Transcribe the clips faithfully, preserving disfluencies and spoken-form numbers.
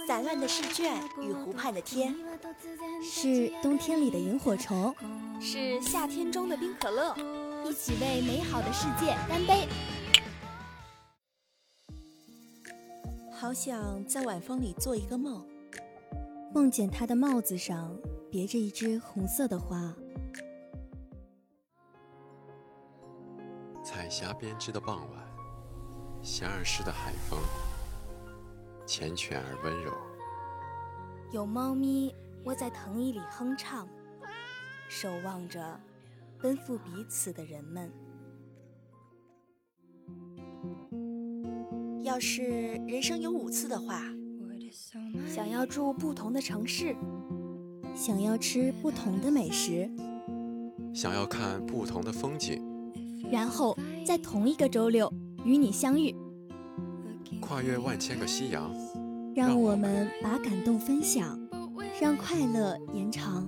散乱的试卷与湖畔的天， 是冬天里的萤火虫， 是夏天中的冰可乐， 一起为美好的世界干杯。 好想在晚风里做一个梦， 梦见他的帽子上别着一枝红色的花。 彩霞编织的傍晚，咸而湿的海风，缱绻而温柔。 有猫咪窝在藤椅里哼唱，守望着奔赴彼此的人们。 要是人生有五次的话， 想要住不同的城市， 想要吃不同的美食， 想要看不同的风景， 然后在同一个周六与你相遇， 跨越万千个夕阳， 让我们把感动分享，让快乐延长。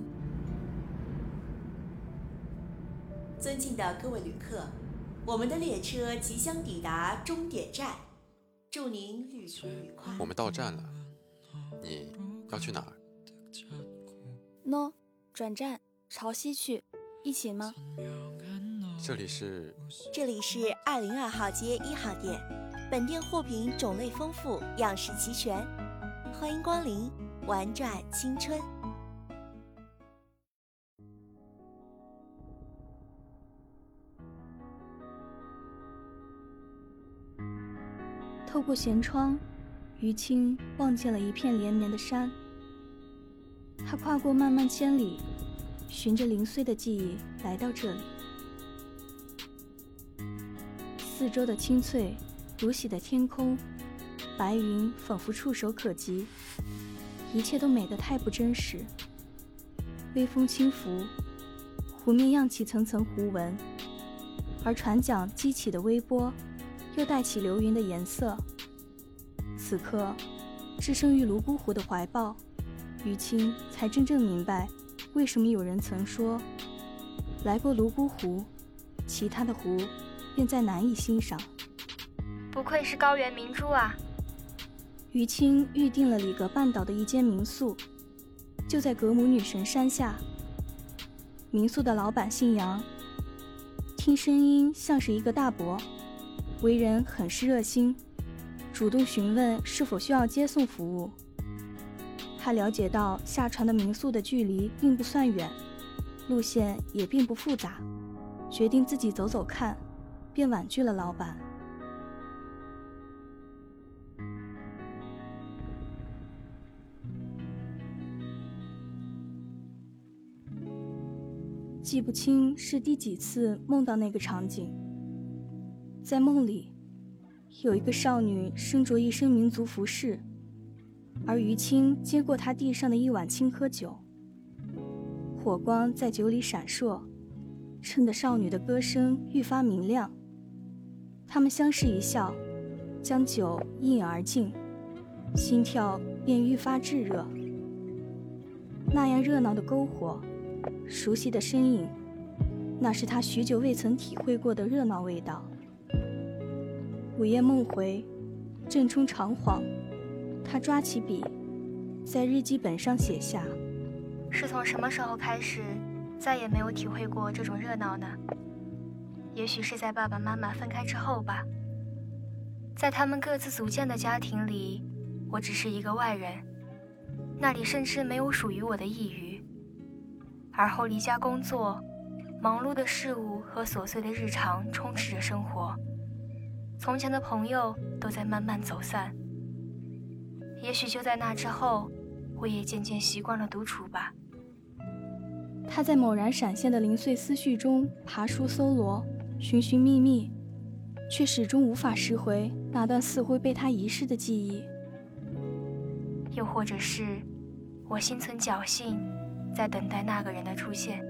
尊敬的各位旅客，我们的列车即将抵达终点站，祝您旅途愉快。 我们到站了，你要去哪儿？ 喏，转站朝西去，一起吗？ 这里是这里是二零二号街一号店，本店货品种类丰富，样式齐全，欢迎光临，玩转青春。 透过舷窗，于青望见了一片连绵的山。他跨过漫漫千里，循着零碎的记忆来到这里。四周的青翠，如洗的天空，白云仿佛触手可及，一切都美得太不真实。微风轻拂，湖面漾起层层湖纹，而船桨激起的微波又带起流云的颜色。此刻置身于泸沽湖的怀抱，于青才真正明白为什么有人曾说，来过泸沽湖，其他的湖便再难以欣赏。 不愧是高原明珠啊！ 于青预定了里格半岛的一间民宿，就在格姆女神山下。民宿的老板姓杨，听声音像是一个大伯，为人很是热心，主动询问是否需要接送服务。他了解到下船的民宿的距离并不算远，路线也并不复杂，决定自己走走看，便婉拒了老板。记不清是第几次梦到那个场景，在梦里有一个少女身着一身民族服饰，而于青接过她地上的一碗青稞酒，火光在酒里闪烁，衬得少女的歌声愈发明亮。他们相视一笑，将酒一饮而尽，心跳便愈发炙热。那样热闹的篝火，熟悉的身影，那是他许久未曾体会过的热闹味道。午夜梦回，正冲长晃，他抓起笔，在日记本上写下： 是从什么时候开始，再也没有体会过这种热闹呢？也许是在爸爸妈妈分开之后吧。在他们各自组建的家庭里，我只是一个外人，那里甚至没有属于我的一隅。而后离家工作，忙碌的事物和琐碎的日常充斥着生活，从前的朋友都在慢慢走散。也许就在那之后，我也渐渐习惯了独处吧。 他在猛然闪现的零碎思绪中爬书搜罗，寻寻觅觅，却始终无法拾回那段似乎被他遗失的记忆。 又或者是我心存侥幸，在等待那个人的出现。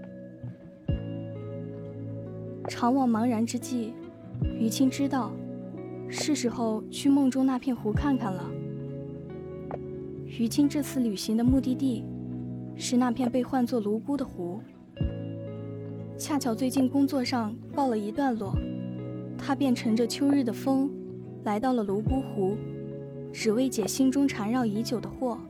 常往茫然之际，于青知道是时候去梦中那片湖看看了。于青这次旅行的目的地是那片被唤作泸沽的湖。恰巧最近工作上告了一段落，他便乘着秋日的风来到了泸沽湖。 只为解心中缠绕已久的惑。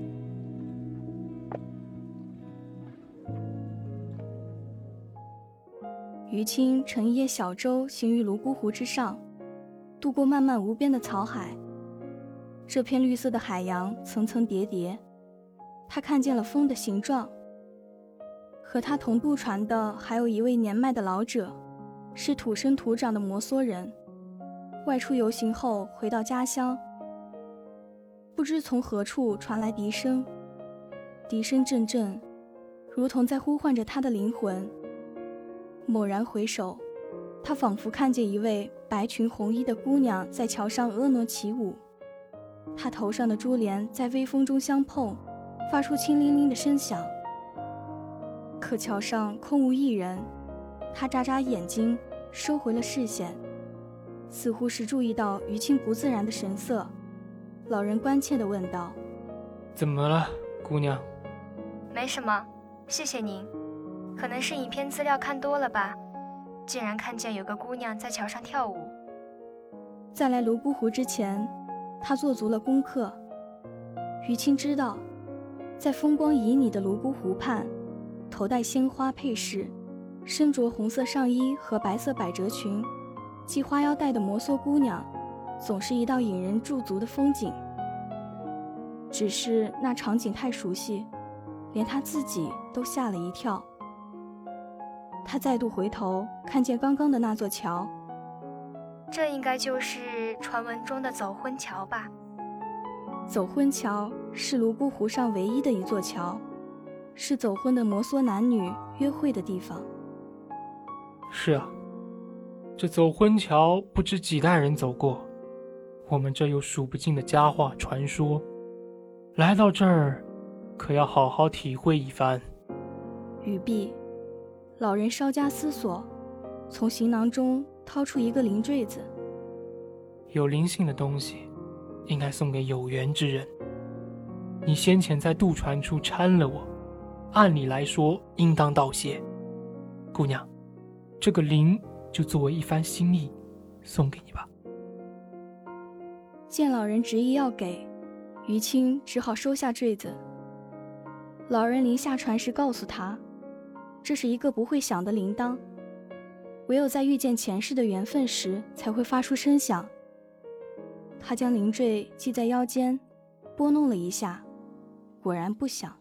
于青乘一叶小舟行于泸沽湖之上，渡过漫漫无边的草海。这片绿色的海洋层层叠叠，他看见了风的形状。和他同渡船的还有一位年迈的老者，是土生土长的摩梭人，外出游行后回到家乡，不知从何处传来笛声，笛声阵阵，如同在呼唤着他的灵魂。猛然回首，他仿佛看见一位白裙红衣的姑娘在桥上婀娜起舞，她头上的珠帘在微风中相碰，发出轻铃铃的声响。可桥上空无一人，他眨眨眼睛，收回了视线，似乎是注意到于青不自然的神色。老人关切地问道： 怎么了，姑娘？ 没什么，谢谢您。可能是影片资料看多了吧，竟然看见有个姑娘在桥上跳舞。 在来泸沽湖之前，他做足了功课。于青知道，在风光旖旎的泸沽湖畔，头戴鲜花配饰，身着红色上衣和白色百褶裙，系花腰带的摩梭姑娘，总是一道引人驻足的风景。只是那场景太熟悉，连他自己都吓了一跳。他再度回头，看见刚刚的那座桥。 这应该就是传闻中的走婚桥吧？ 走婚桥是泸沽湖上唯一的一座桥，是走婚的摩梭男女约会的地方。 是啊，这走婚桥不知几代人走过，我们这有数不尽的佳话传说，来到这儿可要好好体会一番。 语毕，老人稍加思索，从行囊中掏出一个铃坠子。 有灵性的东西应该送给有缘之人，你先前在渡船处搀了我，按理来说应当道谢。姑娘，这个铃就作为一番心意送给你吧。 见老人执意要给，于青只好收下坠子。老人临下船时告诉他，这是一个不会响的铃铛，唯有在遇见前世的缘分时才会发出声响。他将铃坠系在腰间，拨弄了一下，果然不响。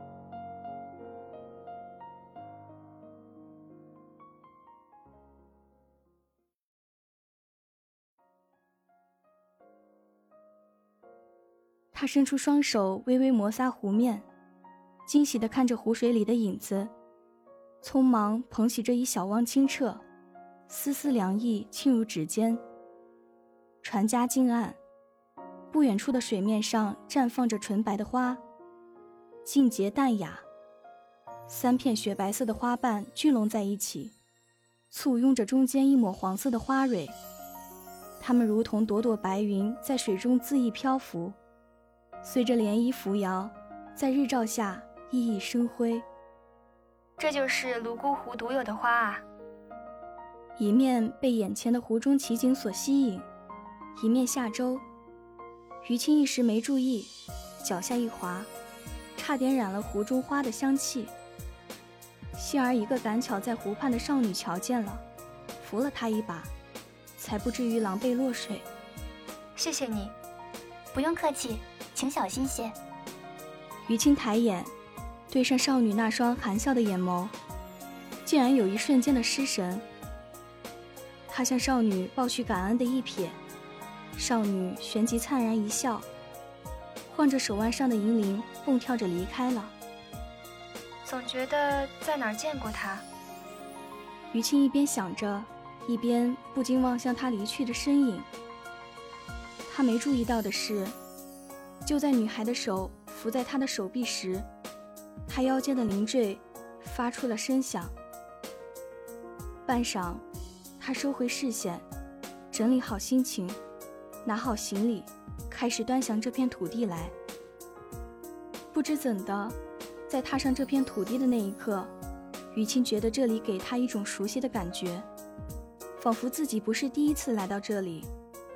他伸出双手，微微摩挲湖面，惊喜地看着湖水里的影子，匆忙捧起这一小汪清澈，丝丝凉意沁入指尖。船家近岸，不远处的水面上绽放着纯白的花，静洁淡雅，三片雪白色的花瓣聚拢在一起，簇拥着中间一抹黄色的花蕊，它们如同朵朵白云在水中恣意漂浮，随着涟漪扶摇，在日照下熠熠生辉。 这就是泸沽湖独有的花啊！ 一面被眼前的湖中奇景所吸引，一面下舟。于青一时没注意，脚下一滑，差点染了湖中花的香气。幸而一个赶巧在湖畔的少女瞧见了，扶了她一把，才不至于狼狈落水。 谢谢你。 不用客气，请小心些。 于青抬眼对上少女那双含笑的眼眸，竟然有一瞬间的失神。他向少女报去感恩的一瞥，少女旋即灿然一笑，晃着手腕上的银铃，蹦跳着离开了。 总觉得在哪儿见过他。 于青一边想着，一边不禁望向他离去的身影。他没注意到的是，就在女孩的手扶在他的手臂时，他腰间的铃坠发出了声响。半晌，他收回视线，整理好心情，拿好行李，开始端详这片土地来。不知怎的，在踏上这片土地的那一刻，于青觉得这里给他一种熟悉的感觉，仿佛自己不是第一次来到这里，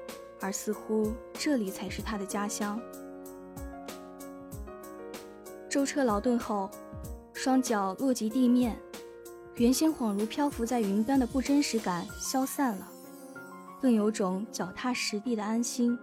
而似乎这里才是他的家乡。舟车劳顿后，双脚落及地面，原先恍如漂浮在云端的不真实感消散了，更有种脚踏实地的安心。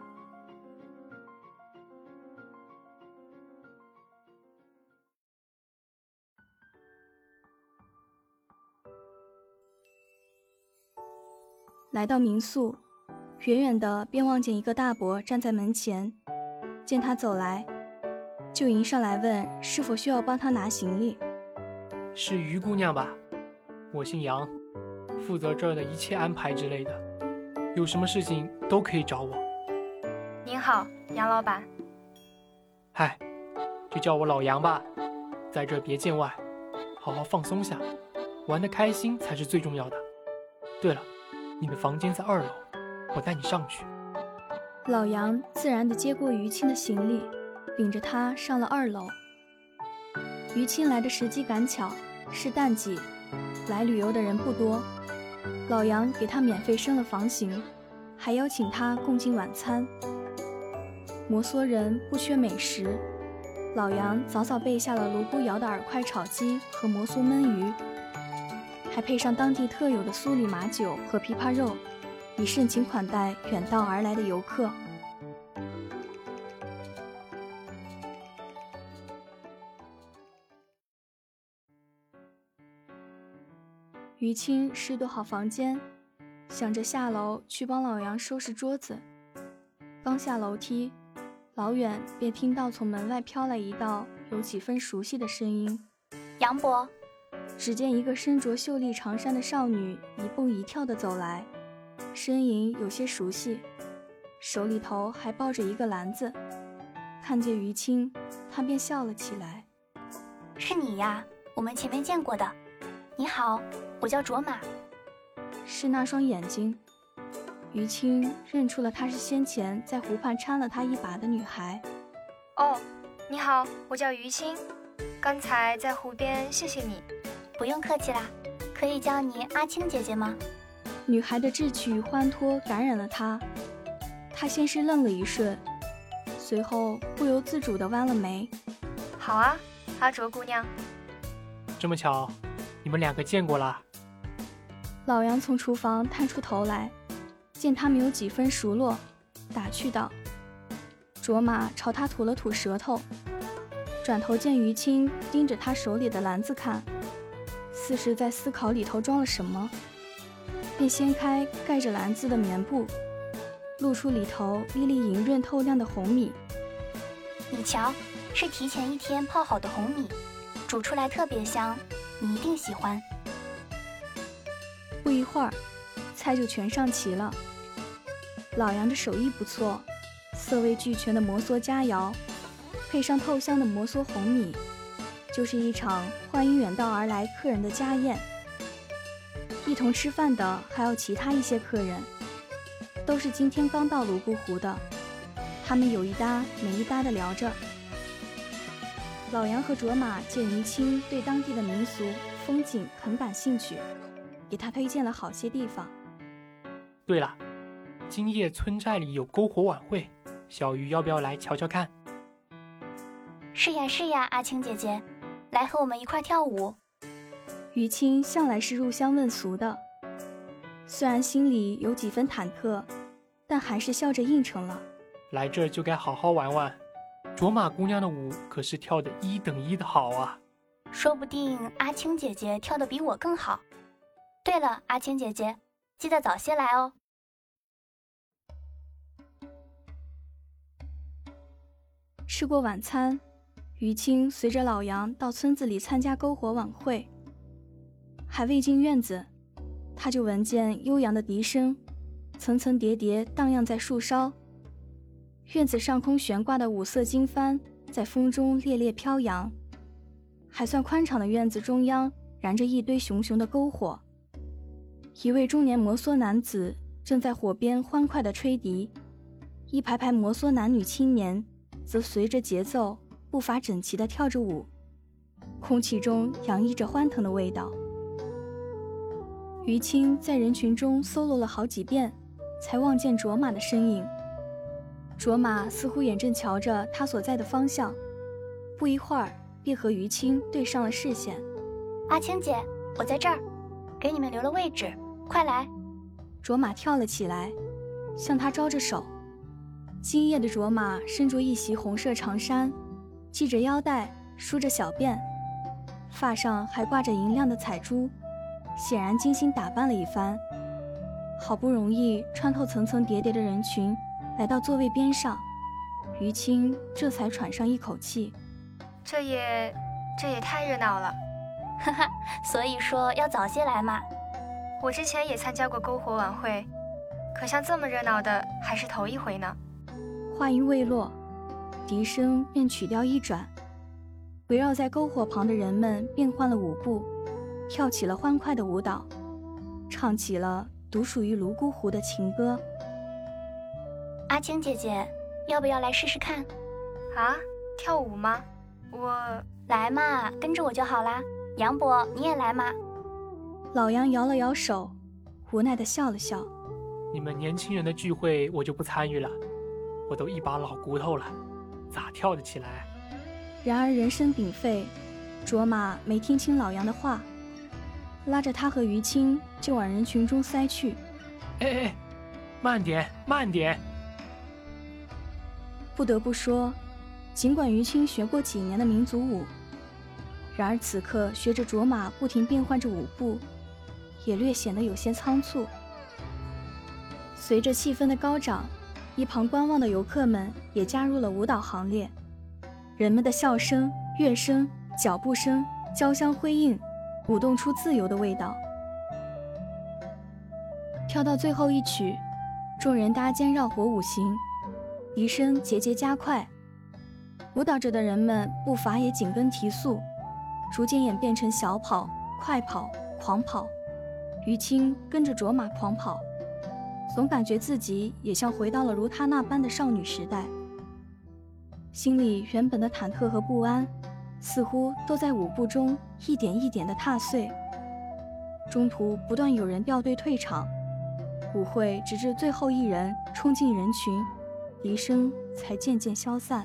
来到民宿，远远的便望见一个大伯站在门前，见他走来，就迎上来问是否需要帮他拿行李。 是于姑娘吧？我姓杨，负责这儿的一切安排之类的，有什么事情都可以找我。 您好，杨老板。 嗨，就叫我老杨吧，在这别见外，好好放松下，玩得开心才是最重要的。对了，你的房间在二楼，我带你上去。 老杨自然地接过于青的行李，领着他上了二楼。于青来的时机赶巧，是淡季，来旅游的人不多。老杨给他免费升了房型，还邀请他共进晚餐。摩梭人不缺美食，老杨早早备下了泸沽窑的饵块炒鸡和摩梭焖鱼，还配上当地特有的苏里马酒和枇杷肉，以盛情款待远道而来的游客。于青拾掇好房间，想着下楼去帮老杨收拾桌子。刚下楼梯，老远便听到从门外飘来一道有几分熟悉的声音：“ 杨伯。” 只见一个身着秀丽长衫的少女一蹦一跳地走来，身影有些熟悉，手里头还抱着一个篮子。看见于青，她便笑了起来：“ 是你呀，我们前面见过的。你好，我叫卓玛。” 是那双眼睛。于青认出了她是先前在湖畔搀了她一把的女孩。 哦，你好，我叫于青，刚才在湖边，谢谢你。 不用客气啦，可以叫你阿青姐姐吗？ 女孩的志气与欢脱感染了她，她先是愣了一瞬，随后不由自主地弯了眉。 好啊，阿卓姑娘。 这么巧，你们两个见过啦？ 老杨从厨房探出头来，见他没有几分熟络，打趣道。卓玛朝他吐了吐舌头，转头见于青盯着他手里的篮子看，似是在思考里头装了什么，便掀开盖着篮子的棉布，露出里头粒粒莹润透亮的红米。 你瞧，是提前一天泡好的红米，煮出来特别香，你一定喜欢。 不一会儿，菜就全上齐了。老杨的手艺不错，色味俱全的摩梭佳肴，配上透香的摩梭红米，就是一场欢迎远道而来客人的家宴。一同吃饭的还有其他一些客人，都是今天刚到泸沽湖的，他们有一搭没一搭的聊着。老杨和卓玛见于青对当地的民俗风景很感兴趣，给他推荐了好些地方。 对了，今夜村寨里有篝火晚会，小鱼要不要来瞧瞧看？ 是呀是呀，阿青姐姐，来和我们一块跳舞。 于青向来是入乡问俗的，虽然心里有几分忐忑，但还是笑着应承了。 来这儿就该好好玩玩，卓玛姑娘的舞可是跳得一等一的好啊。 说不定阿青姐姐跳得比我更好。对了，阿青姐姐，记得早些来哦。 吃过晚餐，于青随着老杨到村子里参加篝火晚会。还未进院子，他就闻见悠扬的笛声，层层叠叠荡漾在树梢。院子上空悬挂的五色经幡在风中猎猎飘扬，还算宽敞的院子中央燃着一堆熊熊的篝火。一位中年摩梭男子正在火边欢快地吹笛，一排排摩梭男女青年则随着节奏步伐整齐地跳着舞，空气中洋溢着欢腾的味道。于青在人群中搜罗了好几遍，才望见卓玛的身影， 卓玛似乎眼正瞧着他所在的方向，不一会儿便和于青对上了视线。 阿青姐，我在这儿，给你们留了位置，快来！ 卓玛跳了起来，向他招着手。今夜的卓玛身着一袭红色长衫，系着腰带，梳着小辫，发上还挂着银亮的彩珠，显然精心打扮了一番。好不容易穿透层层叠叠的人群，来到座位边上，于青这才喘上一口气。 这也这也太热闹了。 哈哈，所以说要早些来嘛。 我之前也参加过篝火晚会，可像这么热闹的还是头一回呢。 话音未落，笛声便曲调一转，围绕在篝火旁的人们变换了舞步，跳起了欢快的舞蹈，唱起了独属于泸沽湖的情歌。 阿青姐姐，要不要来试试看？ 啊，跳舞吗？我来嘛，跟着我就好啦。杨伯，你也来嘛。 老杨摇了摇手，无奈地笑了笑。 你们年轻人的聚会我就不参与了，我都一把老骨头了，咋跳得起来？ 然而人声鼎沸，卓玛没听清老杨的话，拉着他和于青就往人群中塞去。 哎哎，慢点慢点！ 不得不说，尽管于青学过几年的民族舞，然而此刻学着卓玛不停变换着舞步，也略显得有些仓促。随着气氛的高涨，一旁观望的游客们也加入了舞蹈行列，人们的笑声、乐声、脚步声交相辉映，舞动出自由的味道。跳到最后一曲，众人搭肩绕火舞行，笛声节节加快，舞蹈着的人们步伐也紧跟提速，逐渐演变成小跑、快跑、狂跑。于青跟着卓玛狂跑，总感觉自己也像回到了如她那般的少女时代。心里原本的忐忑和不安，似乎都在舞步中一点一点地踏碎。中途不断有人掉队退场，舞会直至最后一人冲进人群，笛声才渐渐消散。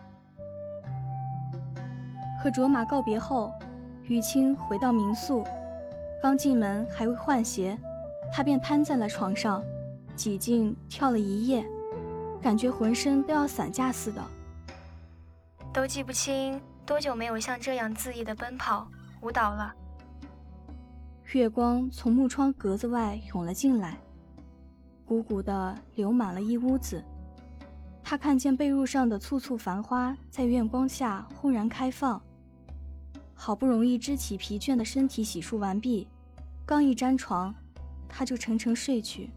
和卓玛告别后，于青回到民宿，刚进门还未换鞋，他便瘫在了床上，几近跳了一夜，感觉浑身都要散架似的。 都记不清多久没有像这样恣意的奔跑舞蹈了。 月光从木窗格子外涌了进来，鼓鼓地流满了一屋子。他看见被褥上的簇簇繁花在月光下轰然开放，好不容易支起疲倦的身体洗漱完毕，刚一沾床，他就沉沉睡去。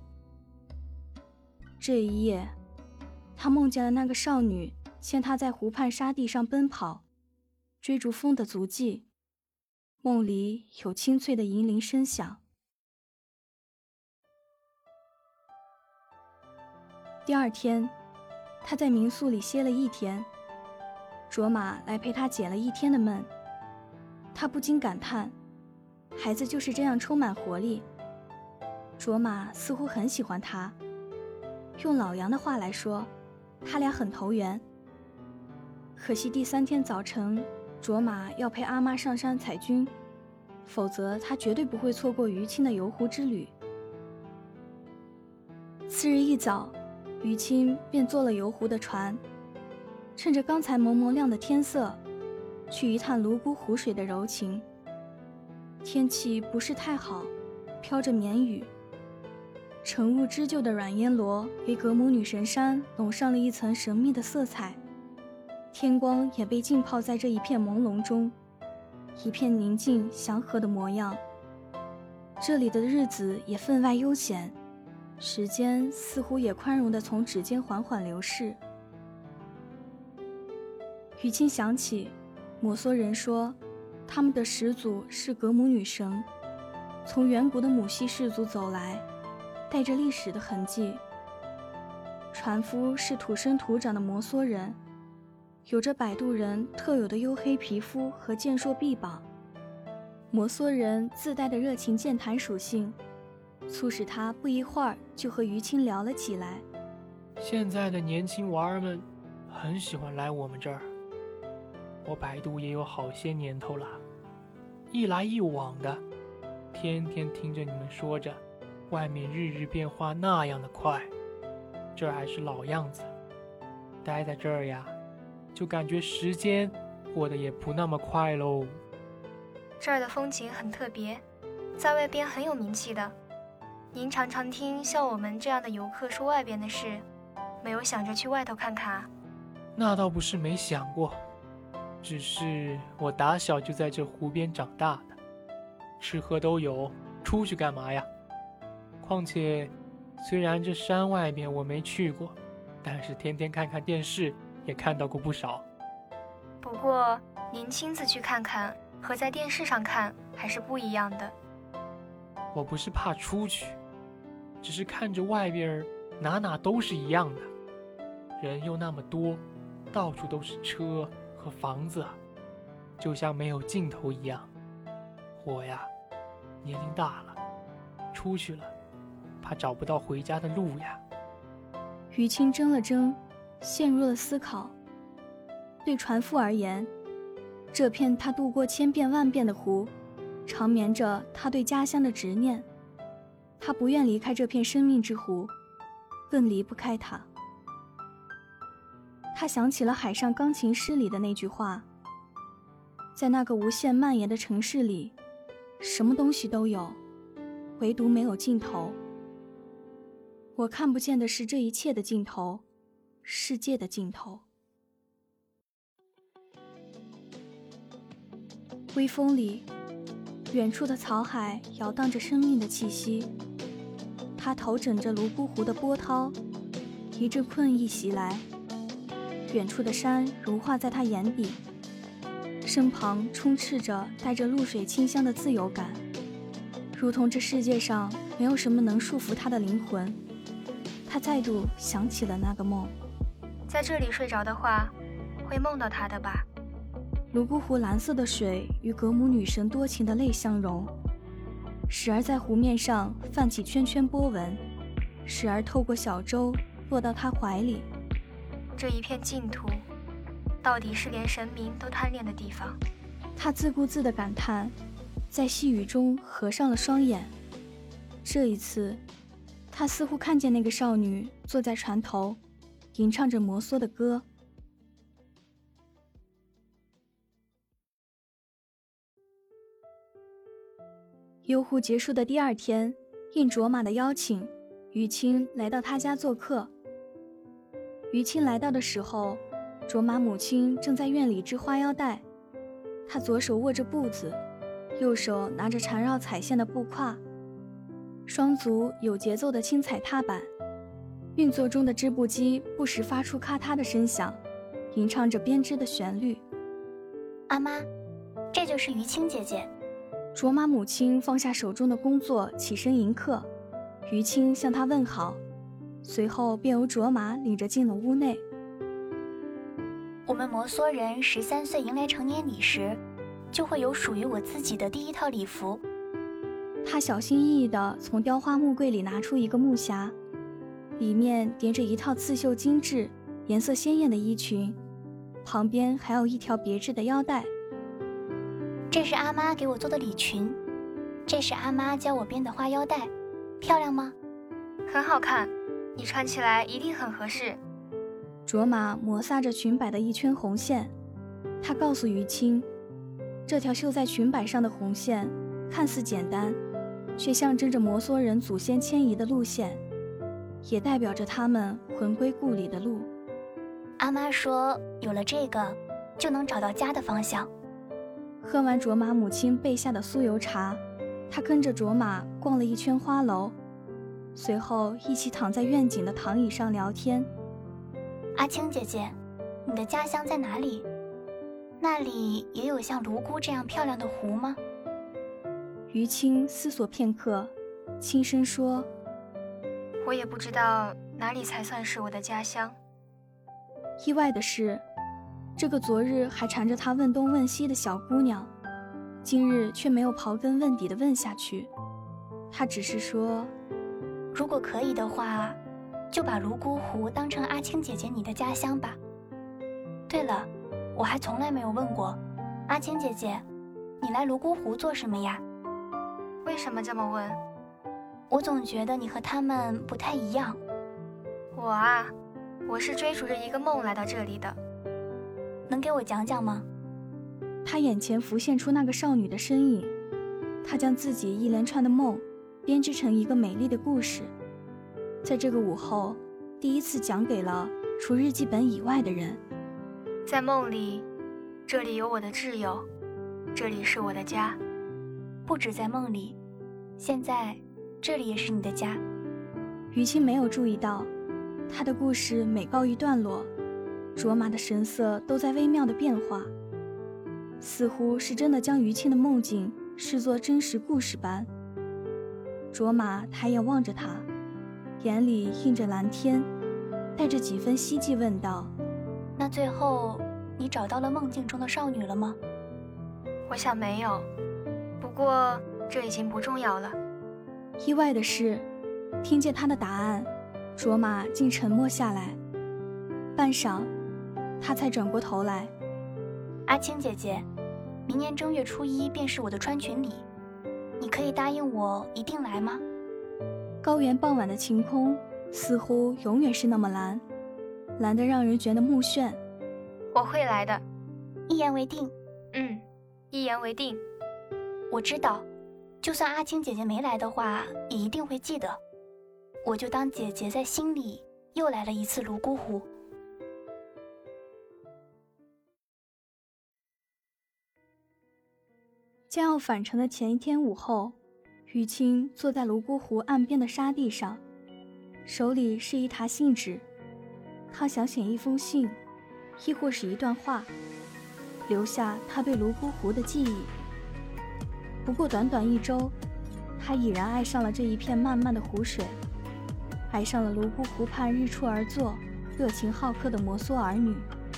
这一夜，他梦见了那个少女牵他在湖畔沙地上奔跑，追逐风的足迹，梦里有清脆的银铃声响。第二天，他在民宿里歇了一天，卓玛来陪他解了一天的闷。他不禁感叹，孩子就是这样充满活力。卓玛似乎很喜欢他，用老杨的话来说，他俩很投缘。可惜第三天早晨，卓玛要陪阿妈上山采菌，否则他绝对不会错过于青的游湖之旅。次日一早，于青便坐了游湖的船，趁着刚才蒙蒙亮的天色，去一探泸沽湖水的柔情。天气不是太好，飘着绵雨，晨雾织就的软烟罗为格姆女神山笼上了一层神秘的色彩，天光也被浸泡在这一片朦胧中，一片宁静祥和的模样。这里的日子也分外悠闲，时间似乎也宽容地从指尖缓缓流逝。于青想起摩梭人说，他们的始祖是格姆女神，从远古的母系氏族走来，带着历史的痕迹。船夫是土生土长的摩梭人，有着摆渡人特有的黝黑皮肤和健硕臂膀。摩梭人自带的热情健谈属性，促使他不一会儿就和于青聊了起来。 现在的年轻娃儿们很喜欢来我们这儿。我摆渡也有好些年头了，一来一往的，天天听着你们说着外面日日变化那样的快，这儿还是老样子。待在这儿呀，就感觉时间过得也不那么快喽。 这儿的风景很特别，在外边很有名气的。您常常听像我们这样的游客说外边的事，没有想着去外头看看啊？ 那倒不是没想过，只是我打小就在这湖边长大的，吃喝都有，出去干嘛呀？况且虽然这山外边我没去过，但是天天看看电视也看到过不少。 不过您亲自去看看和在电视上看还是不一样的。 我不是怕出去，只是看着外边哪哪都是一样的，人又那么多，到处都是车和房子，就像没有尽头一样。我呀，年龄大了，出去了，怕找不到回家的路呀。 于青怔了怔，陷入了思考。对船夫而言，这片他渡过千遍万遍的湖，长绵着他对家乡的执念。他不愿离开这片生命之湖，更离不开它。他想起了海上钢琴诗里的那句话，在那个无限蔓延的城市里，什么东西都有，唯独没有尽头。我看不见的是这一切的尽头，世界的尽头。微风里，远处的草海摇荡着生命的气息。他头枕着泸沽湖的波涛，一阵困意袭来，远处的山如画在他眼底，身旁充斥着带着露水清香的自由感，如同这世界上没有什么能束缚他的灵魂。他再度想起了那个梦， 在这里睡着的话，会梦到他的吧？ 泸沽湖蓝色的水与格姆女神多情的泪相融，时而在湖面上泛起圈圈波纹，时而透过小舟落到他怀里。 这一片净土，到底是连神明都贪恋的地方。 他自顾自地感叹，在细雨中合上了双眼。这一次，他似乎看见那个少女坐在船头，吟唱着摩梭的歌。游湖结束的第二天，应卓玛的邀请，于青来到他家做客。于青来到的时候，卓玛母亲正在院里织花腰带，她左手握着布子，右手拿着缠绕彩线的布胯，双足有节奏的轻踩踏板，运作中的织布机不时发出咔嗒的声响，吟唱着编织的旋律。 阿妈，这就是于青姐姐。 卓玛母亲放下手中的工作，起身迎客。于青向她问好，随后便由卓玛领着进了屋内。 我们摩梭人十三岁迎来成年礼时，就会有属于我自己的第一套礼服。 她小心翼翼地从雕花木柜里拿出一个木匣，里面叠着一套刺绣精致、颜色鲜艳的衣裙，旁边还有一条别致的腰带。 这是阿妈给我做的礼裙，这是阿妈教我编的花腰带，漂亮吗？ 很好看，你穿起来一定很合适。 卓玛摩挲着裙摆的一圈红线，她告诉于青，这条绣在裙摆上的红线看似简单，却象征着摩梭人祖先迁移的路线，也代表着他们魂归故里的路。 阿妈说，有了这个，就能找到家的方向。 喝完卓玛母亲备下的酥油茶，他跟着卓玛逛了一圈花楼，随后一起躺在院景的躺椅上聊天。 阿青姐姐，你的家乡在哪里？那里也有像泸沽这样漂亮的湖吗？ 于青思索片刻，轻声说， 我也不知道哪里才算是我的家乡。 意外的是，这个昨日还缠着他问东问西的小姑娘，今日却没有刨根问底地问下去。她只是说， 如果可以的话， 就把泸沽湖当成阿青姐姐你的家乡吧。对了，我还从来没有问过，阿青姐姐，你来泸沽湖做什么呀？ 为什么这么问？ 我总觉得你和他们不太一样。 我啊，我是追逐着一个梦来到这里的。 能给我讲讲吗？ 他眼前浮现出那个少女的身影，她将自己一连串的梦编织成一个美丽的故事，在这个午后第一次讲给了除日记本以外的人。 在梦里，这里有我的挚友，这里是我的家。 不止在梦里，现在这里也是你的家。 于青没有注意到，他的故事每告一段落，卓玛的神色都在微妙的变化，似乎是真的将于青的梦境视作真实故事般。卓玛抬眼望着他，眼里映着蓝天，带着几分希冀问道： 那最后你找到了梦境中的少女了吗？ 我想没有，不过这已经不重要了。 意外的是，听见他的答案，卓玛竟沉默下来，半晌他才转过头来。 阿青姐姐，明年正月初一便是我的穿裙礼，你可以答应我一定来吗？ 高原傍晚的晴空似乎永远是那么蓝，蓝得让人觉得目眩。 我会来的， 一言为定。 嗯，一言为定。 我知道，就算阿青姐姐没来的话，也一定会记得。我就当姐姐在心里又来了一次泸沽湖。 将要返程的前一天午后，于青坐在泸沽湖岸边的沙地上，手里是一沓信纸。他想写一封信，亦或是一段话，留下他对泸沽湖的记忆。不过短短一周，他已然爱上了这一片漫漫的湖水，爱上了泸沽湖畔日出而作、热情好客的摩梭儿女。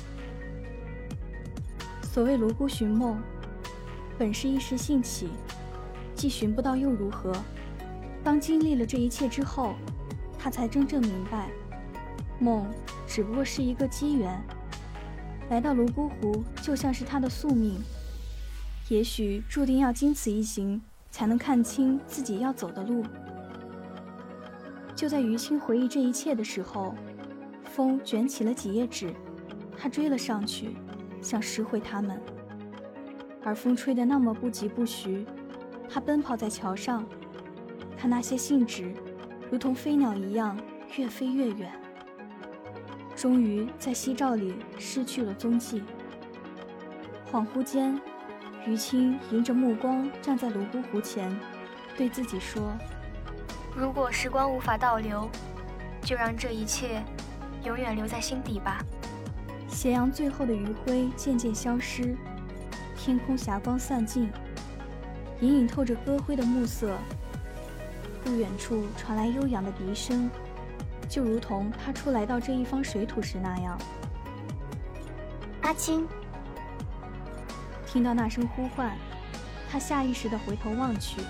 所谓泸沽寻梦，本是一时兴起，既寻不到又如何？当经历了这一切之后，他才真正明白，梦只不过是一个机缘。来到泸沽湖就像是他的宿命，也许注定要经此一行，才能看清自己要走的路。就在于青回忆这一切的时候，风卷起了几页纸，他追了上去，想拾回它们。而风吹得那么不疾不徐，他奔跑在桥上，看那些信纸如同飞鸟一样越飞越远，终于在夕照里失去了踪迹。恍惚间，于青迎着目光站在泸沽湖前，对自己说： 如果时光无法倒流，就让这一切永远留在心底吧。 斜阳最后的余晖渐渐消失，天空霞光散尽，隐隐透着歌灰的暮色。不远处传来悠扬的笛声，就如同他初来到这一方水土时那样。 阿青， 听到那声呼唤，他下意识地回头望去。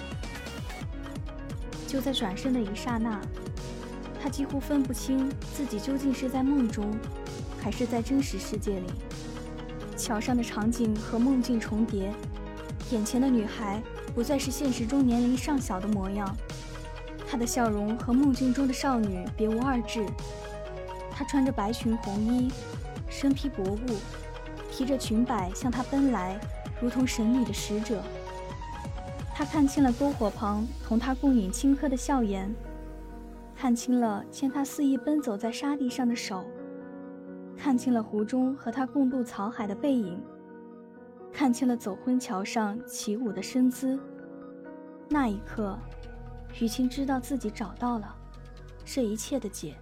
就在转身的一刹那，他几乎分不清自己究竟是在梦中，还是在真实世界里。桥上的场景和梦境重叠，眼前的女孩不再是现实中年龄尚小的模样，她的笑容和梦境中的少女别无二致。她穿着白裙红衣，身披薄雾，提着裙摆向她奔来，如同神女的使者。她看清了篝火旁同她共饮青稞的笑颜，看清了牵她肆意奔走在沙地上的手，看清了湖中和他共度草海的背影，看清了走婚桥上起舞的身姿。那一刻，于青知道自己找到了这一切的解。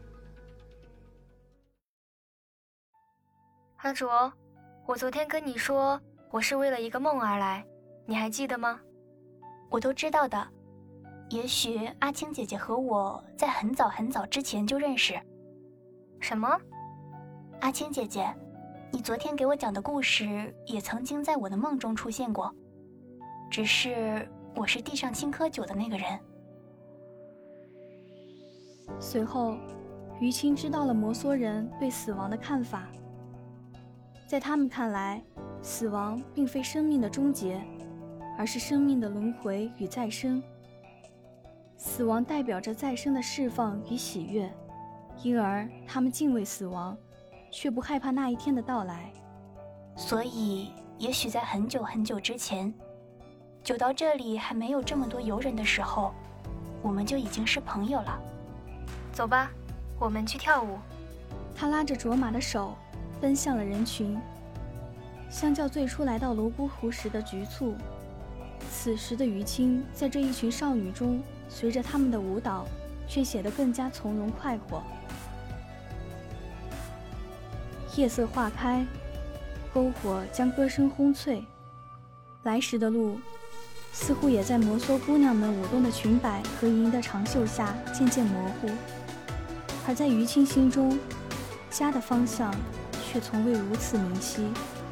阿卓，我昨天跟你说我是为了一个梦而来，你还记得吗？ 我都知道的，也许阿青姐姐和我在很早很早之前就认识。 什么？ 阿青姐姐，你昨天给我讲的故事也曾经在我的梦中出现过，只是我是递上青稞酒的那个人。 随后， 于青知道了摩梭人对死亡的看法。在他们看来，死亡并非生命的终结，而是生命的轮回与再生。死亡代表着再生的释放与喜悦，因而他们敬畏死亡，却不害怕那一天的到来。 所以也许在很久很久之前，久到这里还没有这么多游人的时候，我们就已经是朋友了。 走吧，我们去跳舞。 他拉着卓玛的手奔向了人群。相较最初来到泸沽湖时的局促，此时的于青在这一群少女中，随着他们的舞蹈却显得更加从容快活。夜色化开，篝火将歌声烘脆，来时的路似乎也在摩梭姑娘们舞动的裙摆和盈盈的长袖下渐渐模糊，而在于青心中，家的方向却从未如此明晰。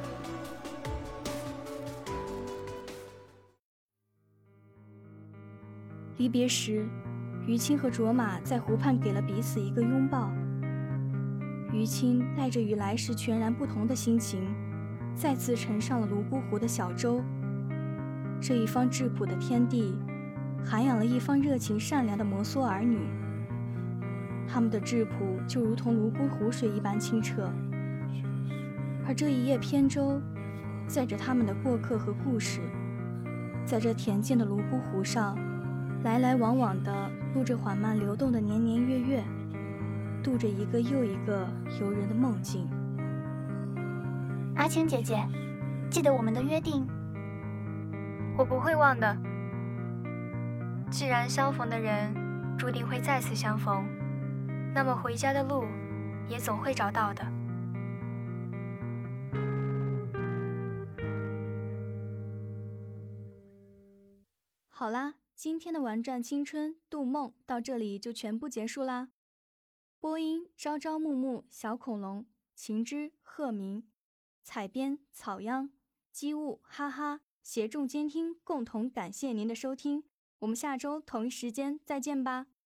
离别时，于青和卓玛在湖畔给了彼此一个拥抱。于青带着与来时全然不同的心情，再次乘上了泸沽湖的小舟。这一方质朴的天地，涵养了一方热情善良的摩梭儿女。他们的质朴就如同泸沽湖水一般清澈，而这一叶扁舟，载着他们的过客和故事，在这恬静的泸沽湖上，来来往往地渡着缓慢流动的年年月月，渡着一个又一个游人的梦境。 阿青姐姐，记得我们的约定。 我不会忘的。既然相逢的人注定会再次相逢，那么回家的路也总会找到的。 好啦，今天的玩转青春杜梦到这里就全部结束啦。播音：朝朝暮暮、小恐龙、晴之、鹤鸣，采编：草央、机务、哈哈，协众监听，共同感谢您的收听。我们下周同一时间再见吧。